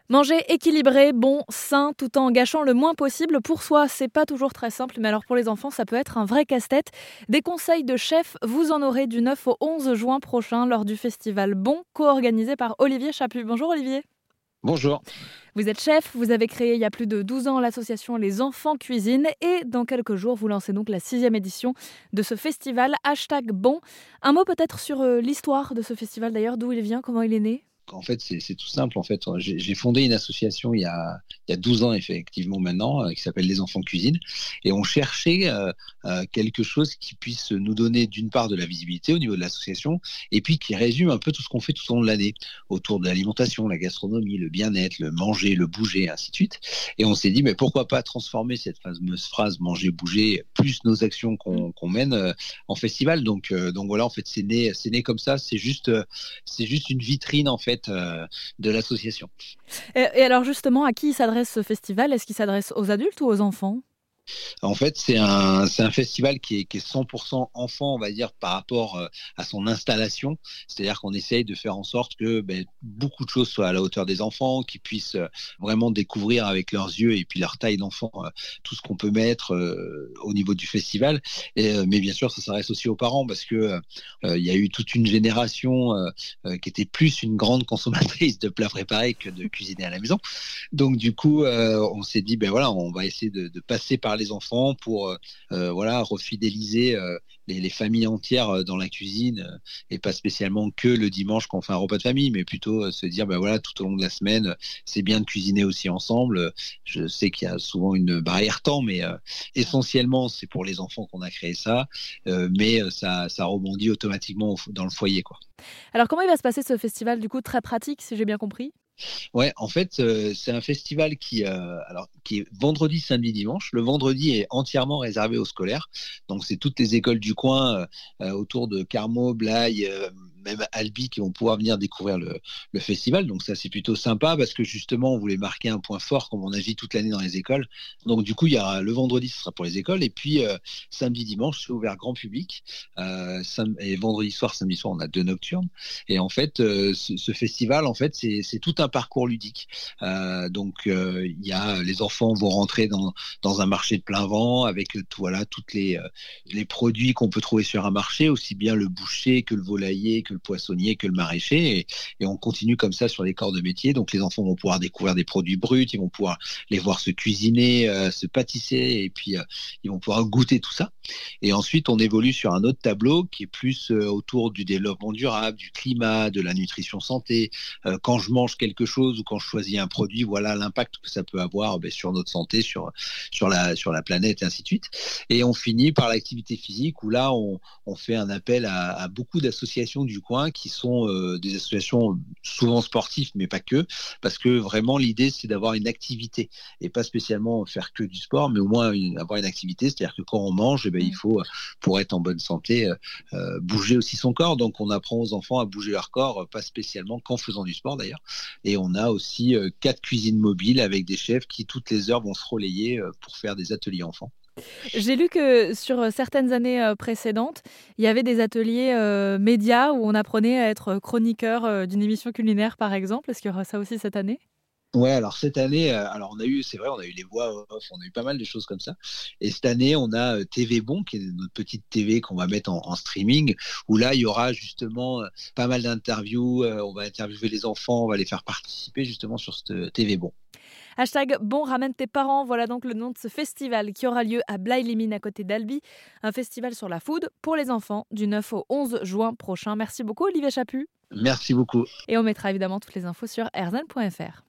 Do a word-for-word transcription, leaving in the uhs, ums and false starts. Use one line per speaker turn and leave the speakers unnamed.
Manger équilibré, bon, sain, tout en gâchant le moins possible, pour soi, c'est pas toujours très simple, mais alors pour les enfants, ça peut être un vrai casse-tête. Des conseils de chef, vous en aurez du neuf au onze juin prochain lors du festival Bon, co-organisé par Olivier Chaput. Bonjour Olivier.
Bonjour.
Vous êtes chef, vous avez créé il y a plus de douze ans l'association Les Enfants Cuisinent et dans quelques jours, vous lancez donc la sixième édition de ce festival, hashtag Bon. Un mot peut-être sur euh, l'histoire de ce festival d'ailleurs, d'où il vient, comment il est né ?
En fait, c'est, c'est tout simple. En fait, j'ai, j'ai fondé une association il y a, il y a douze ans, effectivement, maintenant, euh, qui s'appelle Les Enfants Cuisinent. Et on cherchait euh, euh, quelque chose qui puisse nous donner, d'une part, de la visibilité au niveau de l'association, et puis qui résume un peu tout ce qu'on fait tout au long de l'année, autour de l'alimentation, la gastronomie, le bien-être, le manger, le bouger, et ainsi de suite. Et on s'est dit, mais pourquoi pas transformer cette fameuse phrase manger, bouger, plus nos actions qu'on, qu'on mène euh, en festival. Donc, euh, donc voilà, en fait, c'est né, c'est né comme ça. C'est juste, euh, c'est juste une vitrine, en fait, Euh, de l'association.
Et, et alors justement, à qui s'adresse ce festival ? Est-ce qu'il s'adresse aux adultes ou aux enfants ?
En fait, c'est un, c'est un festival qui est, qui est cent pour cent enfant, on va dire, par rapport euh, à son installation. C'est-à-dire qu'on essaye de faire en sorte que ben, beaucoup de choses soient à la hauteur des enfants, qu'ils puissent euh, vraiment découvrir avec leurs yeux et puis leur taille d'enfant euh, tout ce qu'on peut mettre euh, au niveau du festival. Et, euh, mais bien sûr, ça s'adresse aussi aux parents parce que euh, il y a eu toute une génération euh, euh, qui était plus une grande consommatrice de plats préparés que de cuisiner à la maison. Donc du coup, euh, on s'est dit, ben voilà, on va essayer de, de passer par les enfants pour euh, voilà refidéliser euh, les, les familles entières dans la cuisine euh, et pas spécialement que le dimanche quand on fait un repas de famille, mais plutôt euh, se dire ben voilà tout au long de la semaine c'est bien de cuisiner aussi ensemble. Je sais qu'il y a souvent une barrière temps, mais euh, essentiellement c'est pour les enfants qu'on a créé ça, euh, mais ça, ça rebondit automatiquement au, dans le foyer quoi.
Alors comment il va se passer ce festival du coup très pratique si j'ai bien compris ?
Ouais, en fait, euh, c'est un festival qui, euh, alors, qui est vendredi, samedi, dimanche. Le vendredi est entièrement réservé aux scolaires. Donc, c'est toutes les écoles du coin euh, autour de Carmaux, Blaye, euh, même Albi qui vont pouvoir venir découvrir le, le festival. Donc, ça, c'est plutôt sympa parce que justement, on voulait marquer un point fort comme on agit toute l'année dans les écoles. Donc, du coup, il y aura le vendredi, ce sera pour les écoles. Et puis, euh, samedi, dimanche, c'est ouvert grand public. Euh, sam- et vendredi soir, samedi soir, on a deux nocturnes. Et en fait, euh, ce, ce festival, en fait, c'est, c'est tout un parcours ludique. Euh, donc, euh, il y a les enfants vont rentrer dans dans un marché de plein vent avec euh, tout, voilà toutes les euh, les produits qu'on peut trouver sur un marché, aussi bien le boucher que le volailler, que le poissonnier, que le maraîcher, et, et on continue comme ça sur les corps de métier. Donc, les enfants vont pouvoir découvrir des produits bruts, ils vont pouvoir les voir se cuisiner, euh, se pâtisser, et puis euh, ils vont pouvoir goûter tout ça. Et ensuite, on évolue sur un autre tableau qui est plus euh, autour du développement durable, du climat, de la nutrition santé. Euh, quand je mange quelque chose ou quand je choisis un produit, voilà l'impact que ça peut avoir ben, sur notre santé, sur, sur, la, sur la planète et ainsi de suite. Et on finit par l'activité physique où là, on, on fait un appel à, à beaucoup d'associations du coin qui sont euh, des associations souvent sportives, mais pas que, parce que vraiment l'idée, c'est d'avoir une activité et pas spécialement faire que du sport, mais au moins une, avoir une activité. C'est-à-dire que quand on mange, eh ben, il faut, pour être en bonne santé, euh, bouger aussi son corps. Donc, on apprend aux enfants à bouger leur corps, pas spécialement qu'en faisant du sport d'ailleurs. Et on a aussi euh, quatre cuisines mobiles avec des chefs qui, toutes les heures, vont se relayer euh, pour faire des ateliers enfants.
J'ai lu que sur certaines années euh, précédentes, il y avait des ateliers euh, médias où on apprenait à être chroniqueur euh, d'une émission culinaire, par exemple. Est-ce qu'il y aura ça aussi cette année ?
Ouais, alors cette année, euh, alors on a eu, c'est vrai, on a eu les voix off, on a eu pas mal de choses comme ça. Et cette année, on a euh, T V Bon, qui est notre petite T V qu'on va mettre en, en streaming, où là, il y aura justement euh, pas mal d'interviews. Euh, on va interviewer les enfants, on va les faire participer justement sur cette T V Bon.
Hashtag Bon ramène tes parents, voilà donc le nom de ce festival qui aura lieu à Blaye-les-Mines à côté d'Albi. Un festival sur la food pour les enfants du neuf au onze juin prochain. Merci beaucoup Olivier Chaput.
Merci beaucoup.
Et on mettra évidemment toutes les infos sur erzen point f r.